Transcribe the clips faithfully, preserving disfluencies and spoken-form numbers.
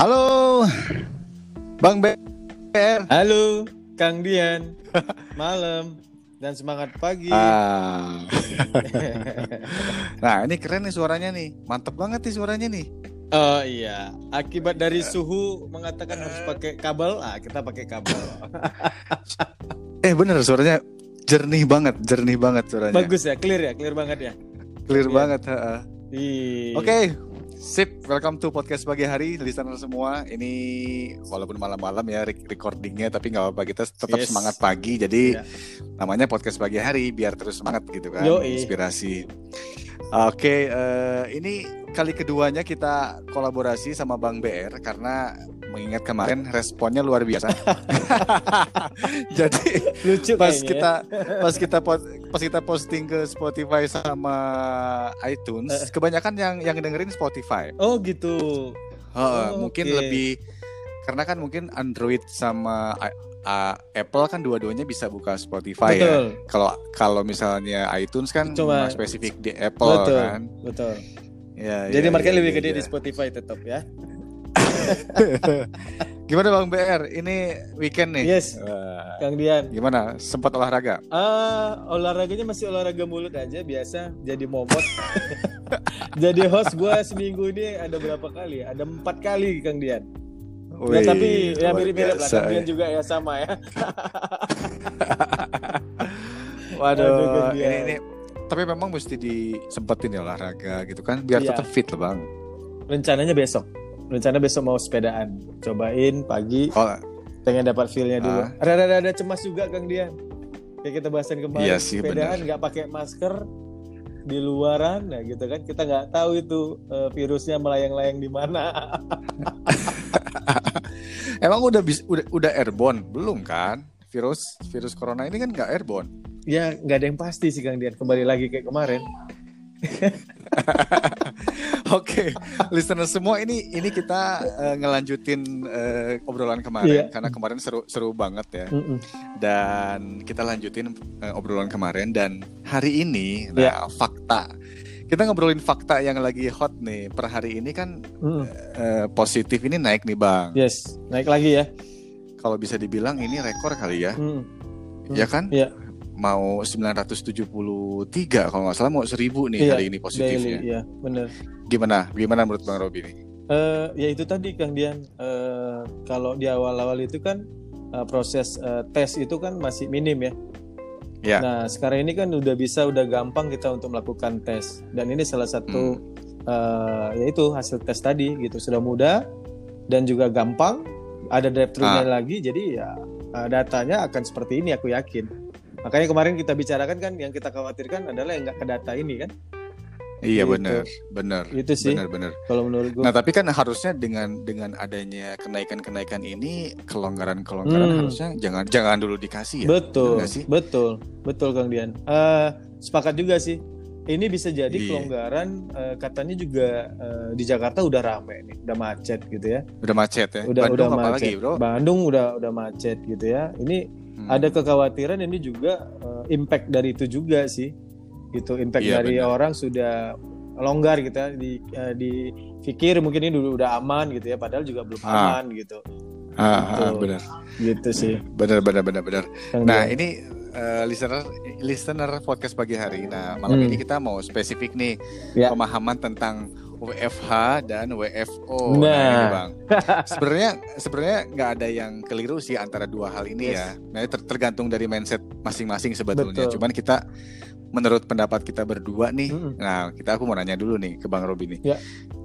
Halo, Bang B R. Halo, Kang Dian. Malam dan semangat pagi. Ah. Nah, ini keren nih suaranya nih. Mantep banget nih suaranya nih. Oh iya, akibat dari suhu mengatakan harus pakai kabel, ah kita pakai kabel. Eh bener suaranya jernih banget, jernih banget suaranya. Bagus ya, clear ya, clear banget ya. Clear Iya. banget. Ha-ha. Iya. Oke, sip. Welcome to podcast pagi hari, listener semua. Ini walaupun malam-malam ya recordingnya, tapi nggak apa-apa, kita tetap Yes. semangat pagi. Jadi Iya. namanya podcast pagi hari biar terus semangat gitu kan, Yoi. inspirasi. Oke, eh, ini kali keduanya kita kolaborasi sama Bang B R karena mengingat kemarin responnya luar biasa. Jadi Lucu pas kayaknya kita pas kita po- pas kita posting ke Spotify sama iTunes, Eh. kebanyakan yang yang dengerin Spotify. ya. Oh gitu. Heeh, Oh, mungkin oke. lebih karena kan mungkin Android sama I- a- Apple kan dua-duanya bisa buka Spotify ya. Betul. Kalau kalau misalnya iTunes kan Cuma- cuma spesifik di Apple Betul. kan. Betul. Ya, Jadi ya, marketnya ya, lebih ya, gede ya. di Spotify tetap ya. Gimana Bang B R? Ini weekend nih. Yes. Wah, Kang Dian. gimana? Sempat olahraga? Ah, olahraganya masih olahraga mulut aja biasa, jadi momot. Jadi host gue seminggu ini ada berapa kali? Ada empat kali Kang Dian. Ya, Wih, tapi ya luar mirip-mirip lah. biasa, Kang Dian ya. juga ya sama ya. Waduh, Aduh, Kang ini, Dian. ini tapi memang mesti disempetin ya olahraga gitu kan biar Iya. tetap fit loh Bang. Rencananya besok. Rencana besok mau sepedaan. Cobain pagi, Oh, pengen dapat feel-nya dulu. Ah. Rada-rada cemas juga Kang Dian. Kayak kita bahasan kemarin, Iya sih, sepedaan nggak pakai masker di luaran, nah gitu kan kita nggak tahu itu eh, virusnya melayang-layang di mana. emang udah bis, udah udah airborne belum kan? Virus virus corona ini kan nggak airborne. Ya nggak ada yang pasti sih Kang Dian. Kembali lagi kayak kemarin. Oke, listener semua ini ini kita eh, ngelanjutin eh, obrolan kemarin Iya. karena kemarin seru seru banget ya. Mm-mm. Dan kita lanjutin eh, obrolan kemarin dan hari ini Iya. nah fakta. Kita ngobrolin fakta yang lagi hot nih per hari ini kan Mm-mm. eh, positif ini naik nih Bang. Yes, naik lagi ya. Kalau bisa dibilang ini rekor kali ya. Mm. Ya kan? Iya. Mau sembilan ratus tujuh puluh tiga kalau nggak salah mau seribu nih Iya, hari ini positifnya. Daily, iya, bener. Gimana? Gimana menurut Bang Robi nih? Eh, ya itu tadi Kang Dian. Eh, kalau di awal-awal itu kan eh, proses eh, tes itu kan masih minim ya. Ya. Nah sekarang ini kan udah bisa, udah gampang kita untuk melakukan tes. Dan ini salah satu eh, yaitu hasil tes tadi gitu, sudah mudah dan juga gampang. Ada drive-thru-nya Ah. lagi, jadi ya eh, datanya akan seperti ini aku yakin. Makanya kemarin kita bicarakan kan yang kita khawatirkan adalah yang nggak ke data ini kan. Iya Gitu. benar, benar. Itu sih. Benar, benar. Kalau menurut gue. Nah, tapi kan harusnya dengan dengan adanya kenaikan-kenaikan ini, kelonggaran-kelonggaran Hmm. harusnya jangan jangan dulu dikasih ya. Betul, Bener nggak sih? betul, betul Kang Dian. Eh, sepakat juga sih. Ini bisa jadi Iya. kelonggaran. eh, katanya juga eh, di Jakarta udah rame nih, udah macet gitu ya. Udah macet ya. Udah Bandung udah apa macet. lagi, Bro? Bandung udah udah macet gitu ya. Ini Hmm. ada kekhawatiran ini juga eh, impact dari itu juga sih. Gitu, impact Iya, dari benar. orang sudah longgar gitu ya. Di eh, dipikir mungkin ini dulu udah aman gitu ya, padahal juga belum Ah. aman gitu. Ah, ah, Gitu. benar. Gitu sih. Benar, benar, benar, benar. Kang Nah, Dian. ini eh, listener listener podcast pagi hari. Nah, malam Hmm. ini kita mau spesifik nih Ya. pemahaman tentang W F H dan W F O. Nah. ini Bang. Sebenarnya sebenarnya nggak ada yang keliru sih antara dua hal ini Yes. ya. Nah, ter- tergantung dari mindset masing-masing sebetulnya. Betul. Cuman kita menurut pendapat kita berdua nih. Mm-mm. Nah, kita aku mau nanya dulu nih ke Bang Robi nih. Ya.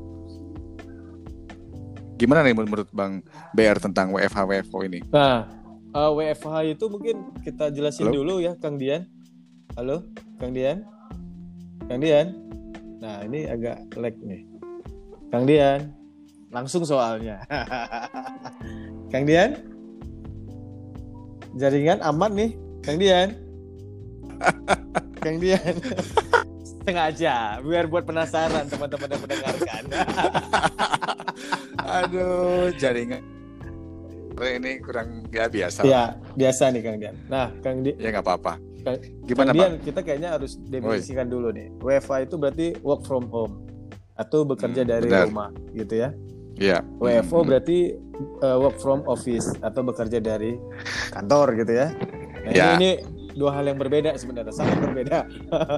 Gimana nih menurut Bang B R tentang W F H W F O ini? Nah, uh, W F H itu mungkin kita jelasin Halo? dulu ya, Kang Dian. Halo, Kang Dian. Kang Dian. Nah, ini agak lag nih. Kang Dian. Langsung soalnya. Kang Dian. Jaringan aman nih, Kang Dian. Kang Dian. Sengaja, biar buat penasaran teman-teman yang mendengarkan. Aduh, jaringan ini kurang ya biasa. Ya, biasa nih Kang Dian. Nah, Kang Dian. Ya nggak apa-apa. Kang- Gimana Kang Dian, Bang? kita kayaknya harus definisikan dulu nih. W F H itu berarti work from home atau bekerja Hmm, dari benar. rumah, gitu ya. Iya. W F O berarti uh, work from office atau bekerja dari kantor gitu ya. Nah, Ya. ini, ini dua hal yang berbeda sebenarnya, sangat berbeda.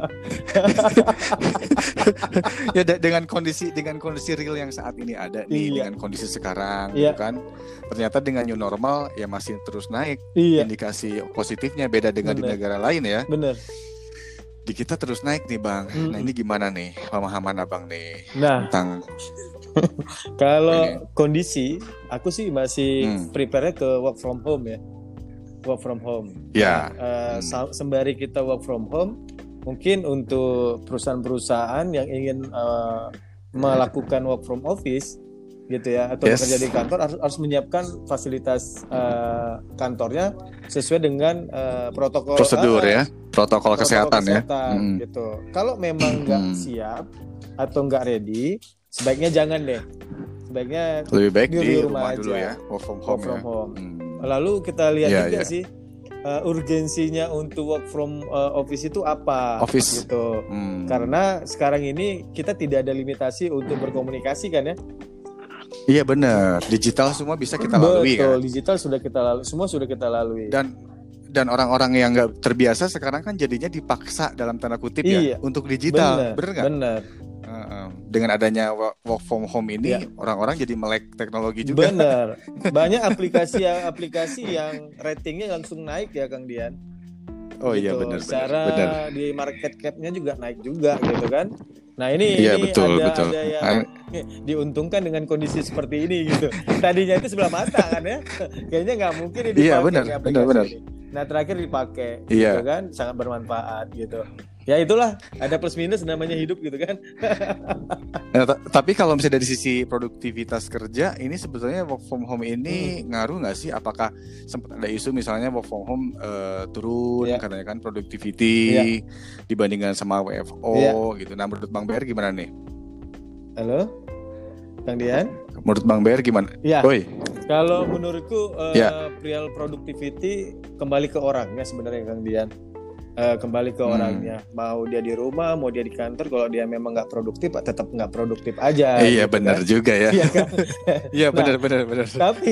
Ya de- dengan kondisi dengan kondisi real yang saat ini ada nih, Iya. dengan kondisi sekarang, Iya. gitu kan. Ternyata dengan new normal ya masih terus naik. Iya, Indikasi positifnya beda dengan di Bener. negara lain ya. bener. Di kita terus naik nih Bang. Mm-mm. Nah ini gimana nih pemahaman Abang nih Nah, tentang kalau kondisi, aku sih masih Hmm. prepare ke work from home ya. Work from home. ya. Nah, eh, Hmm. sa- sembari kita work from home, mungkin untuk perusahaan-perusahaan yang ingin eh, melakukan work from office gitu ya, atau Yes. bekerja di kantor harus, harus menyiapkan fasilitas eh, kantornya sesuai dengan eh, protokol Prosedur ah, ya, protokol, protokol kesehatan, ya. kesehatan, Mm. gitu. Kalau memang nggak Hmm. siap atau nggak ready, sebaiknya jangan deh. Sebaiknya Lebih baik Di di, rumah rumah, dulu aja. ya, work from work home from ya. home. Hmm. Lalu kita lihat Iya, juga iya. sih uh, urgensinya untuk work from uh, office itu apa, Office. gitu. Hmm. Karena sekarang ini kita tidak ada limitasi untuk berkomunikasi kan ya. Iya benar, digital semua bisa kita lalui Betul, kan. digital sudah kita lalui, semua sudah kita lalui. Dan dan orang-orang yang nggak terbiasa sekarang kan jadinya dipaksa dalam tanda kutip Iya. ya untuk digital, benar, bener nggak? benar, Heeh. Dengan adanya wo- work from home ini, Iya. orang-orang jadi melek teknologi juga. benar. Banyak aplikasi-aplikasi yang ratingnya langsung naik ya Kang Dian. Oh iya Gitu. benar, Secara benar, benar. di market cap-nya juga naik juga gitu kan. Nah ini, Iya, ini betul, ada, betul. ada yang diuntungkan dengan kondisi seperti ini gitu. Tadinya itu sebelah mata kan ya. Kayaknya nggak mungkin ini Iya, dipakai benar, nih benar, aplikasi benar. ini. Nah terakhir dipakai Iya. gitu kan, sangat bermanfaat gitu. Ya itulah, ada plus minus namanya hidup gitu kan. Nah, ta- tapi kalau misalnya dari sisi produktivitas kerja, ini sebetulnya work from home ini ngaruh nggak sih? Apakah sempat ada isu misalnya work from home eh, turun Iya. katanya kan productivity Iya. dibandingkan sama W F O Iya. gitu. Nah menurut Bang Ber gimana nih? Halo, Kang Dian? Menurut Bang Ber gimana? Ya, Oi, kalau menurutku eh, Ya. perihal productivity kembali ke orangnya sebenarnya Kang Dian. Eh, kembali ke Hmm. orangnya, mau dia di rumah, mau dia di kantor, kalau dia memang nggak produktif, tetap nggak produktif aja. eh, iya gitu benar kan. juga ya. Iya kan? Iya Nah. benar benar benar. Tapi,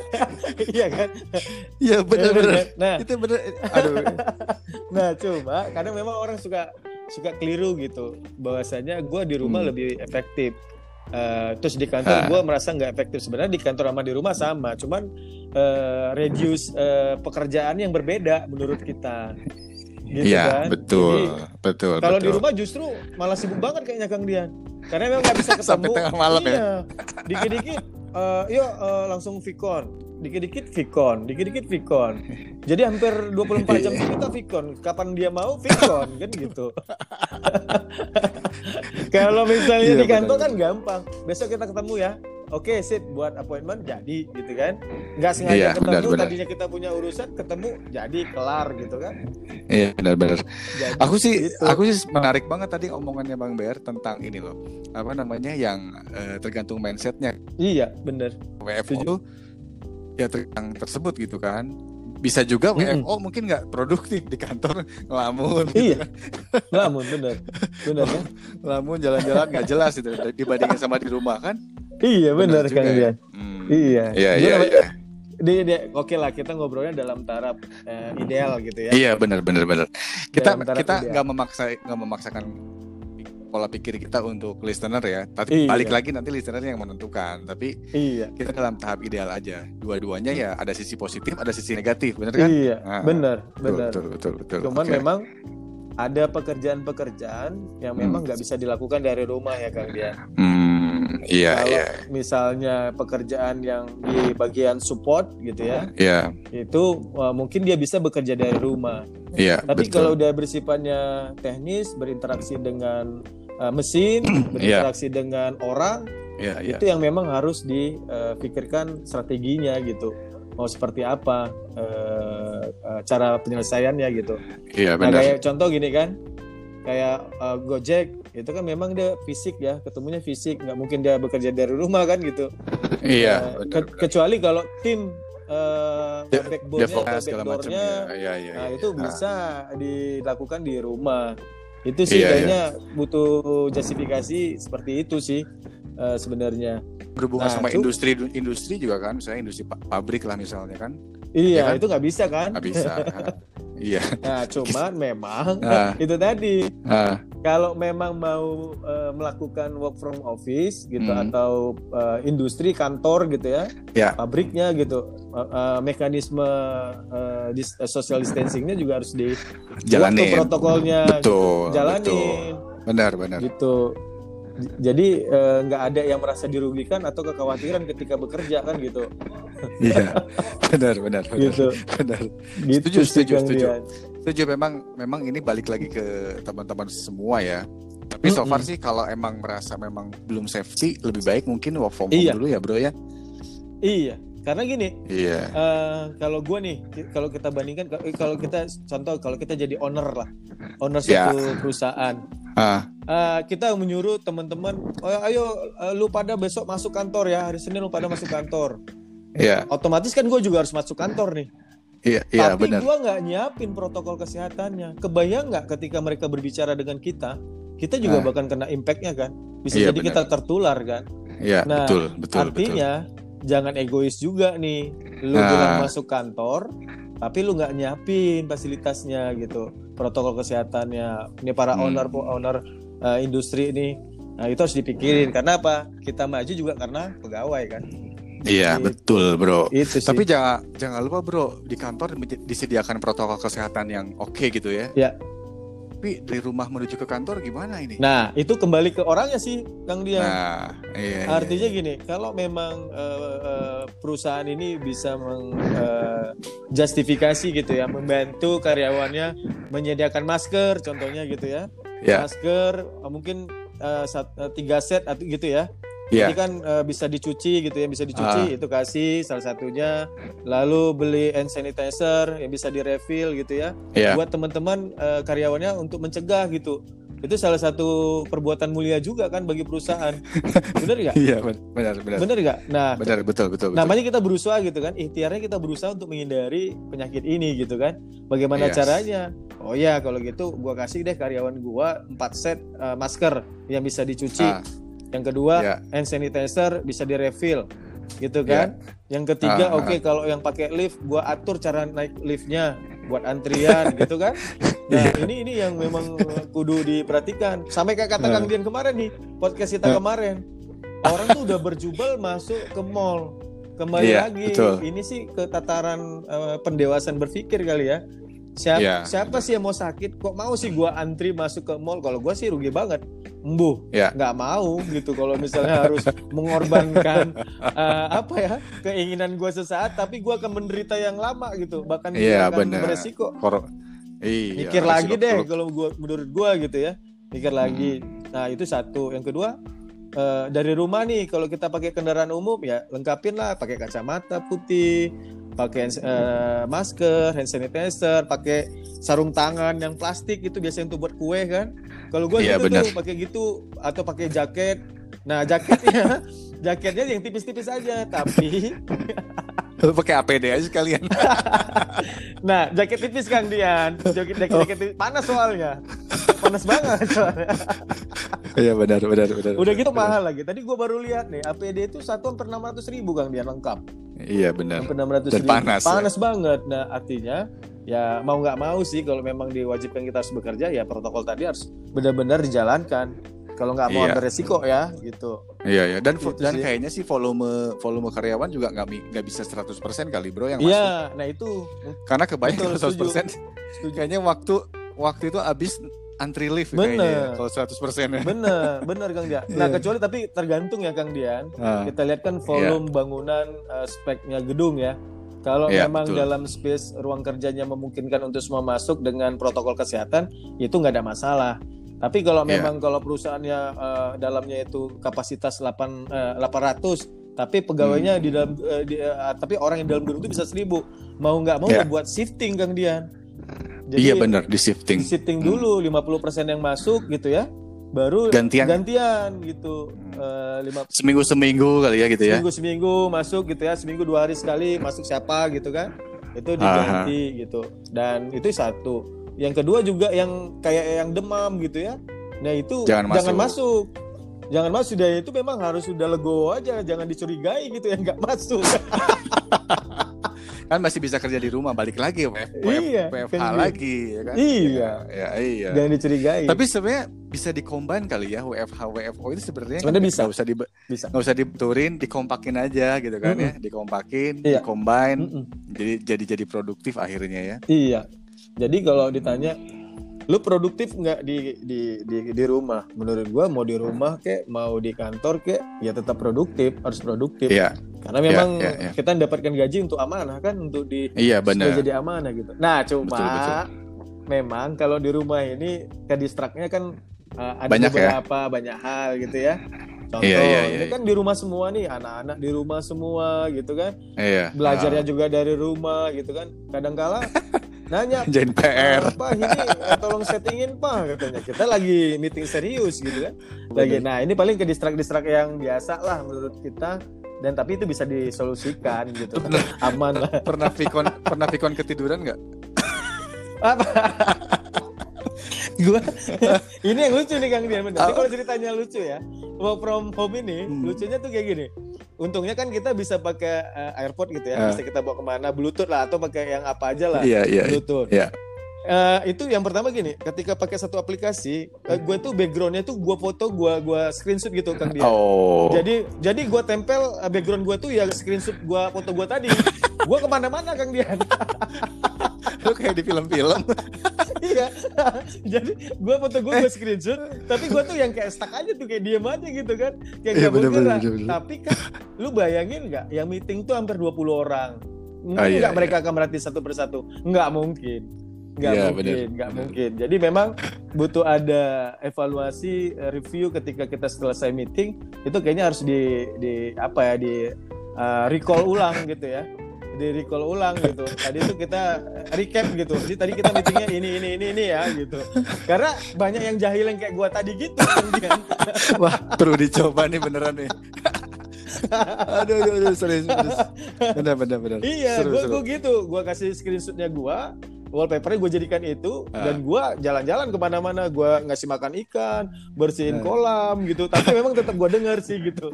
iya kan? Iya benar benar. Nah, Itu benar. Aduh. nah cuma karena memang orang suka suka keliru gitu, bahwasanya gue di rumah Hmm. lebih efektif. Eh, terus di kantor Ah. gue merasa nggak efektif. Sebenarnya di kantor sama di rumah sama, cuman eh, reduce eh, pekerjaan yang berbeda menurut kita. Gitu Iya kan? betul Jadi, betul. kalau di betul. rumah justru malah sibuk banget kayaknya Kang Dian. Karena memang nggak bisa ketemu. Sampai tengah malam ya? Iya. Dikit-dikit, eh, yuk eh, langsung Vicon. Dikit-dikit Vicon, dikit-dikit Vicon. Jadi hampir dua puluh empat jam kita Vicon. Kapan dia mau Vicon kan gitu. Kalau misalnya Iya, di kantor benar. kan gampang. Besok kita ketemu ya. Oke, sip, buat appointment jadi gitu kan. Nggak sengaja Iya, ketemu, benar, benar. tadinya kita punya urusan, ketemu jadi kelar gitu kan. Iya benar-benar. Jadi, Aku sih, gitu. aku sih menarik banget tadi omongannya Bang Ber tentang ini loh, apa namanya yang eh, tergantung mindsetnya. Iya, bener. W F O Setuju. itu ya ter- yang tersebut gitu kan. Bisa juga W F O mungkin nggak produktif di kantor ngelamun, gitu Iya, ngelamun bener, bener kan? ngelamun jalan-jalan nggak jelas itu dibandingin sama di rumah kan. Iya bener juga Kang ya. Dian. Hmm. Iya. Iya Dia iya namanya- iya. Di, di- oke lah kita ngobrolnya dalam taraf eh, ideal gitu ya. Iya benar benar benar. Kita Dalam taraf kita ideal. nggak memaksa nggak memaksakan pola pikir kita untuk listener ya. Tapi Iya. balik lagi nanti listener yang menentukan. Tapi Iya. kita dalam tahap ideal aja. Dua-duanya ya ada sisi positif, ada sisi negatif, benar kan? Iya, Ah, bener, Betul, bener. betul betul betul. Cuman Oke. memang ada pekerjaan-pekerjaan yang Hmm. memang nggak bisa dilakukan dari rumah ya Kang Dian. Hmm, iya Kalau iya misalnya pekerjaan yang di bagian support gitu ya, iya itu wah, mungkin dia bisa bekerja dari rumah. iya. Tapi betul. kalau udah bersifatnya teknis, berinteraksi dengan uh, mesin, berinteraksi dengan orang, Iya iya. itu yang memang harus dipikirkan strateginya gitu. Mau seperti apa uh, uh, cara penyelesaiannya gitu. Iya Nah benar. kayak contoh gini kan, kayak uh, Gojek itu kan memang dia fisik ya, ketemunya fisik, nggak mungkin dia bekerja dari rumah kan gitu. Iya. Uh, benar, ke- benar. kecuali kalau tim uh, De- backbone-nya atau Develop segala macam backdoor-nya, ya. Iya iya. nah iya. itu Ah. bisa dilakukan di rumah. Itu sih Iya, kayaknya butuh justifikasi seperti itu sih uh, sebenarnya. berhubungan Nah, sama cu- industri industri juga kan, misalnya industri pa- pabrik lah misalnya kan. Ya Iya, kan? itu nggak bisa kan? Nggak bisa. Iya. Nah, cuman memang Ah, itu tadi, ah, kalau memang mau eh, melakukan work from office gitu Hmm. atau eh, industri kantor gitu ya, ya, pabriknya gitu, eh, eh, mekanisme eh, dis- eh, social distancingnya juga harus di buat tuh jalanin. protokolnya gitu, Betul, jalanin betul. Benar, benar. gitu. J- Jadi eh, nggak ada yang merasa dirugikan atau kekhawatiran ketika bekerja kan gitu, Iya. Benar, benar, benar. gitu, Benar. gitu Setuju, sih setuju, Kang setuju. Dian. Setuju, memang memang ini balik lagi ke teman-teman semua ya. Tapi so far Mm-mm. sih kalau emang merasa memang belum safety, lebih baik mungkin work from home Iya. dulu ya, Bro ya. Iya, karena gini, Iya. eh, kalau gue nih, ki- kalau kita bandingkan, k- kalau kita contoh, kalau kita jadi owner lah, owner Ya. suatu perusahaan, Ah, eh, kita menyuruh teman-teman, oh, ayo eh, lu pada besok masuk kantor ya, hari Senin lu pada masuk kantor. iya. Otomatis kan gue juga harus masuk kantor nih. Iya, iya Tapi benar. gue nggak nyiapin protokol kesehatannya. Kebayang nggak ketika mereka berbicara dengan kita, kita juga Ah. bahkan kena impact-nya kan. Bisa Iya, jadi benar. kita tertular kan. Iya, Nah, betul, betul, artinya jangan egois juga nih. Lu Nah. bilang masuk kantor, tapi lu nggak nyiapin fasilitasnya gitu, protokol kesehatannya. Ini para Hmm. owner owner uh, industri ini, nah itu harus dipikirin. Karena apa? Kita maju juga karena pegawai kan. betul. Iya, Gitu. betul, Bro. Itu sih. Tapi jangan jangan lupa, Bro, di kantor di- disediakan protokol kesehatan yang oke gitu ya. Ya. Tapi dari rumah menuju ke kantor gimana ini? Nah, itu kembali ke orangnya sih, Kang Dian. Nah, iya, iya, Artinya iya. gini, kalau memang eh, eh, perusahaan ini bisa menjustifikasi gitu ya, membantu karyawannya menyediakan masker, contohnya gitu ya, Ya, masker eh, mungkin eh, sat- eh, tiga set atau gitu ya. iya. Jadi kan eh, bisa dicuci gitu ya, bisa dicuci, Ah. itu kasih salah satunya. Lalu beli hand sanitizer yang bisa direfill gitu ya, Iya. buat teman-teman eh, karyawannya untuk mencegah gitu. Itu salah satu perbuatan mulia juga kan bagi perusahaan. Bener nggak? Iya, ben- benar, benar. Bener nggak? Nah, Benar, betul, betul, betul. namanya kita berusaha gitu kan, ikhtiarnya kita berusaha untuk menghindari penyakit ini gitu kan. Bagaimana Yes. caranya? Oh ya, kalau gitu gua kasih deh karyawan gua empat set uh, masker yang bisa dicuci. Ah. Yang kedua, Ya. hand sanitizer bisa direfill. Gitu kan? Yang ketiga, Ah, oke kalau yang pakai lift gua atur cara naik liftnya buat antrian gitu kan. Nah, Iya. ini ini yang memang kudu diperhatikan. Sampai kayak kata Ah. Kang Dian kemarin nih, podcast kita Ah. kemarin. Orang tuh udah berjubel masuk ke mall. Kembali Iya, lagi, betul. ini sih ke tataran eh, pendewasaan berpikir kali ya. Siapa, Iya. siapa sih yang mau sakit? Kok mau sih gua antri masuk ke mall? Kalau gua sih rugi banget. Embuh, Iya. nggak mau gitu. Kalau misalnya harus mengorbankan eh, apa ya keinginan gua sesaat, tapi gua akan menderita yang lama gitu. Bahkan Iya, akan benar. beresiko. Kor- Iya, Mikir lagi resiko- deh kalau gua menurut gua gitu ya. Mikir lagi. Hmm. Nah, itu satu. Yang kedua, eh, dari rumah nih kalau kita pakai kendaraan umum ya lengkapin lah, pakai kacamata putih, pakai eh, masker, hand sanitizer, pakai sarung tangan yang plastik itu biasanya untuk buat kue kan. Kalau gua Iya, gitu benar. tuh pakai gitu atau pakai jaket. Nah, jaketnya jaketnya yang tipis-tipis aja, tapi Lu pakai A P D aja sekalian. nah, jaket tipis Kang Dian. Jaket jaket, jaket tipis. Panas soalnya. Panas banget soalnya. Iya, benar, benar, benar. Udah gitu benar. mahal lagi. Tadi gua baru lihat nih, A P D itu satu hampir enam ratus ribu Kang Dian lengkap. Iya, benar. Hampir enam ratus Dan ribu. panas, ya. Panas banget. Nah, artinya ya mau nggak mau sih kalau memang diwajibkan kita harus bekerja ya protokol tadi harus benar-benar dijalankan. Kalau nggak mau Iya. ambil resiko ya gitu. Iya, iya. Dan vo- Itu dan sih. kayaknya sih volume volume karyawan juga nggak mi- nggak bisa seratus persen kali, Bro, yang masuk. Iya, nah itu Karena kebayang Betul, kalau seratus persen setuju. kayaknya waktu waktu itu habis antri lift Bener. kayaknya ya, kalau seratus persen ya. bener, bener Kang Dian. Nah, Iya. kecuali tapi tergantung ya Kang Dian. Ah, Kita lihat kan volume bangunan uh, speknya gedung ya. Kalau Iya, memang betul. dalam space ruang kerjanya memungkinkan untuk semua masuk dengan protokol kesehatan, itu nggak ada masalah. Tapi kalau Iya. memang kalau perusahaannya uh, dalamnya itu kapasitas delapan, eh, delapan ratus, tapi pegawainya di dalam, eh, di, eh, tapi orang yang dalam gedung itu bisa seribu, mau nggak mau Iya. buat shifting Kang Dian. iya benar, di shifting. Di shifting dulu lima puluh persen yang masuk gitu ya, baru Gantian. gantian gitu. Eh, lima Seminggu seminggu kali ya gitu ya. seminggu seminggu masuk gitu ya, seminggu dua hari sekali masuk siapa gitu kan, itu diganti gitu. Dan itu satu. Yang kedua juga yang kayak yang demam gitu ya, nah itu Jangan jangan masuk. jangan masuk dia itu memang harus sudah legowo aja, jangan dicurigai gitu ya nggak masuk. Kan masih bisa kerja di rumah, balik lagi W F, Iya, W F H kan lagi ya kan. Iya. Ya, iya. Jangan dicurigai. Tapi sebenarnya bisa dikombin kali ya W F H W F O itu sebenarnya Sebenarnya kan bisa. nggak usah di Bisa. nggak usah dibeturin, dikompakin aja gitu kan Mm-mm. ya, dikompakin, Iya. dikombin, Mm-mm. jadi jadi jadi produktif akhirnya ya. Iya. Jadi kalau ditanya lu produktif nggak di, di di di rumah? Menurut gua mau di rumah kek, mau di kantor kek, ya tetap produktif, harus produktif. Iya. Karena memang Iya, iya, iya. kita mendapatkan gaji untuk amanah kan, untuk di Iya supaya benar. jadi amanah gitu. Nah, cuma Betul, betul. memang kalau di rumah ini kedistraknya kan uh, ada Banyak ya? beberapa banyak hal gitu ya. Contoh, Iya, iya, iya, ini iya. kan di rumah semua nih, anak-anak di rumah semua gitu kan. Iya. Belajarnya Ah, juga dari rumah gitu kan. Kadang-kala nanya, Jain P R. apa ini eh, tolong settingin pak katanya, kita lagi meeting serius gitu kan lagi. Nah ini paling ke distrak-distrak yang biasa lah menurut kita, dan tapi itu bisa disolusikan gitu, aman lah. Pernah Vicon pernah Vicon ketiduran nggak? Apa? Gua ini yang lucu nih Kang Dian, bener. Ini kalau ceritanya lucu ya, work from home ini Hmm. lucunya tuh kayak gini. Untungnya kan kita bisa pakai uh, AirPod gitu ya, Ah. bisa kita bawa kemana, Bluetooth lah atau pakai yang apa aja lah, Iya iya. Bluetooth. Iya. Eh, itu yang pertama gini, ketika pakai satu aplikasi, uh, gue tuh backgroundnya tuh gue foto, gue gua screenshot gitu Kang Dian. Oh. Jadi jadi gue tempel uh, background gue tuh ya screenshot gue foto gue tadi. Gue kemana-mana Kang Dian. Lu kayak di film-film. Iya. Jadi gue foto gue gue screenshot, tapi gue tuh yang kayak stuck aja tuh, kayak diem aja gitu kan, kayak Iya, nggak bener, bergerak. bener, bener. Tapi kan lu bayangin nggak, yang meeting tuh hampir dua puluh orang. Mungkin Ah, iya, nggak iya. mereka akan merhati satu persatu? Nggak mungkin. Nggak Iya, mungkin, bener, nggak bener. mungkin. Jadi memang butuh ada evaluasi, eh, review ketika kita selesai meeting. Itu kayaknya harus di, di apa ya, di uh, recall ulang gitu ya, di recall ulang gitu. Tadi itu kita recap gitu. Jadi tadi kita meetingnya ini ini ini ini ya gitu. Karena banyak yang jahil yang kayak gua tadi gitu kan. Wah, perlu dicoba nih beneran nih. aduh, aduh, aduh, serius, serius. Bener, bener, bener. Iya, Seru, gua, seru. gua gitu. Gua kasih screenshotnya gua, wallpapernya gue jadikan itu, Ah. dan gue jalan-jalan kemana-mana, gue ngasih makan ikan, bersihin Ah. kolam gitu, tapi memang tetap gue dengar sih gitu.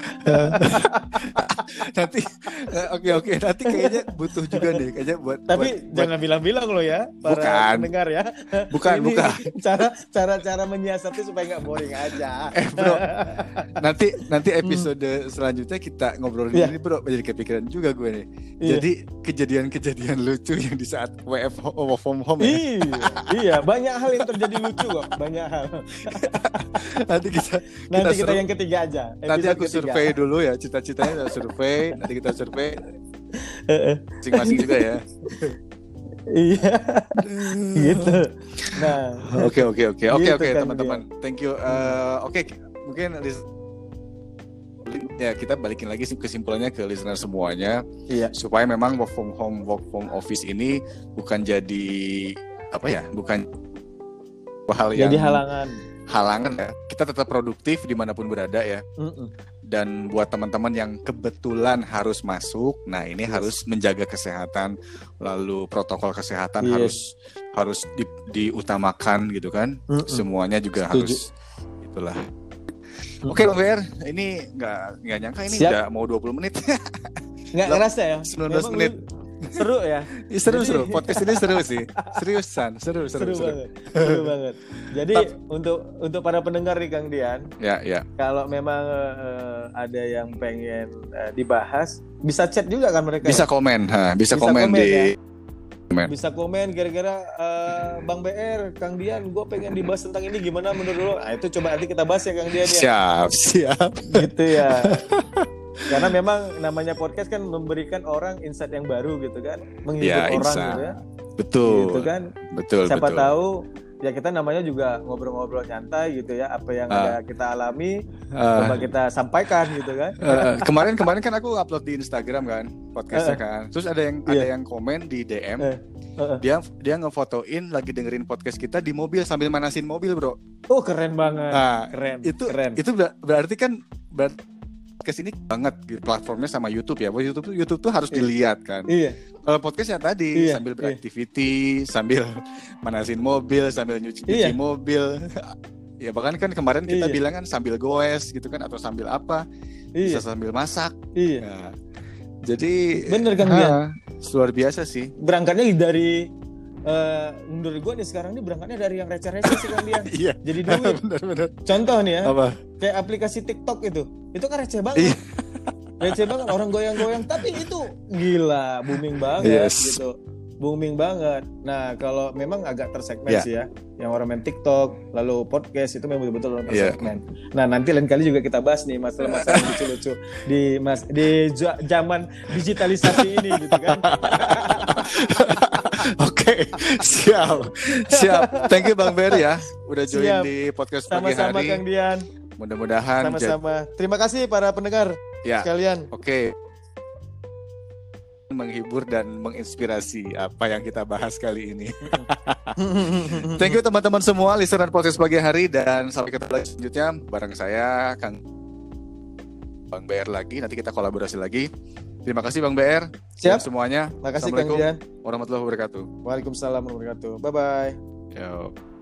Nanti, eh, oke oke, nanti kayaknya butuh juga nih, kayaknya buat. Tapi buat, jangan bilang-bilang loh ya, para Bukan. pendengar ya. Bukan, Ini bukan. Cara cara-cara menyiasati supaya nggak boring aja. Eh bro, nanti nanti episode selanjutnya kita ngobrolin Iya. ini bro, jadi kepikiran juga gue nih. Iya. Jadi kejadian-kejadian lucu yang di saat W F H work from home ya. Iya, iya, banyak hal yang terjadi lucu kok, banyak hal. Nanti kita Nanti kita, seru- yang ketiga aja. nanti episode aku ketiga. survei dulu ya, cita-citanya udah survei, nanti kita survei Heeh. masing-masing juga ya. Iya, gitu. Nah, Oke oke oke oke Gitu oke kan teman-teman, thank you. Eh, Oke mungkin lis- ya kita balikin lagi kesimpulannya ke listener semuanya, iya, supaya memang work from home, work from office ini bukan jadi apa ya, bukan hal yang jadi halangan. halangan ya. Kita tetap produktif dimanapun berada ya. Mm-mm. Dan buat teman-teman yang kebetulan harus masuk, nah ini Yes. harus menjaga kesehatan, lalu protokol kesehatan Yes. harus harus di, diutamakan gitu kan. Mm-mm. Semuanya juga Setuju. harus itulah. Oke Bang Ber, ini nggak nggak nyangka ini Siap. udah mau dua puluh menit. Nggak ngerasa ya? sembilan belas Memang menit. lu- Seru ya? Ih, seru Jadi- seru. Podcast ini seru sih. Seriusan, seru seru. Seru, seru. banget. Seru banget. Jadi Tap- untuk untuk para pendengar nih Kang Dian, Ya ya. kalau memang eh, ada yang pengen eh, dibahas, bisa chat juga kan mereka? Bisa ya? komen, ha, bisa, Bisa komen, komen, di ya? komen. Bisa komen kira-kira eh, Bang B R, Kang Dian, gue pengen dibahas tentang ini gimana menurut lo? Nah itu coba nanti kita bahas ya Kang Dian ya. Siap siap. Gitu ya. Karena memang namanya podcast kan memberikan orang insight yang baru gitu kan, menghibur Ya, orang insight. gitu ya. Betul. Gitu kan. Betul Siapa betul. tahu ya kita namanya juga ngobrol-ngobrol nyantai gitu ya, apa yang Ah. ada kita alami Ah. coba kita sampaikan gitu kan. Eh, kemarin kemarin kan aku upload di Instagram kan podcastnya Eh. kan, terus ada yang Iya. ada yang komen di D M, Eh, eh. dia dia ngefotoin lagi dengerin podcast kita di mobil sambil manasin mobil bro. Oh keren banget. Nah Keren. itu keren. itu ber- berarti kan berarti podcast ini banget gitu, platformnya sama YouTube ya. Bahwa YouTube tuh YouTube tuh harus Iya. dilihat kan. Iya. Kalau podcast ya tadi Iya, sambil iya. beraktiviti, sambil manasin mobil, sambil nyuci, Iya. nyuci mobil. Ya bahkan kan kemarin kita Iya. bilang kan sambil goes gitu kan atau sambil apa, Iya. bisa sambil masak. Iya. Nah, jadi Bener Kang ha, Dian. luar biasa sih. Berangkatnya dari eh menurut gue nih sekarang ini berangkatnya dari yang receh-receh sih Kang Dian. Iya. Jadi duit. Bener-bener. Contoh nih ya, Apa? kayak aplikasi TikTok itu. Itu kan receh banget. Iya. Receh banget, orang goyang-goyang, tapi itu gila, booming banget Yes. gitu. Booming banget. Nah, kalau memang agak tersegmen sih ya. Yang orang main TikTok, lalu podcast itu memang betul-betul Iya. tersegmen. Nah, nanti lain kali juga kita bahas nih masalah-masalah yang lucu-lucu di mas di ja- zaman digitalisasi ini gitu kan. Oke, siap, siap. Thank you Bang Ber ya, udah join Siap. di podcast pagi Sama-sama hari. Kang Dian. Mudah-mudahan jadi- Sama-sama. Terima kasih para pendengar ya. sekalian. Oke, menghibur dan menginspirasi apa yang kita bahas kali ini. Thank you teman-teman semua, listener podcast pagi hari, dan sampai ketemu lagi selanjutnya bareng saya Kang Bang B R lagi. Nanti kita kolaborasi lagi. Terima kasih Bang B R. Siap. Semuanya. Makasih Kang Assalamualaikum Dian. warahmatullahi wabarakatuh. Waalaikumsalam warahmatullahi wabarakatuh. Bye bye. Yo.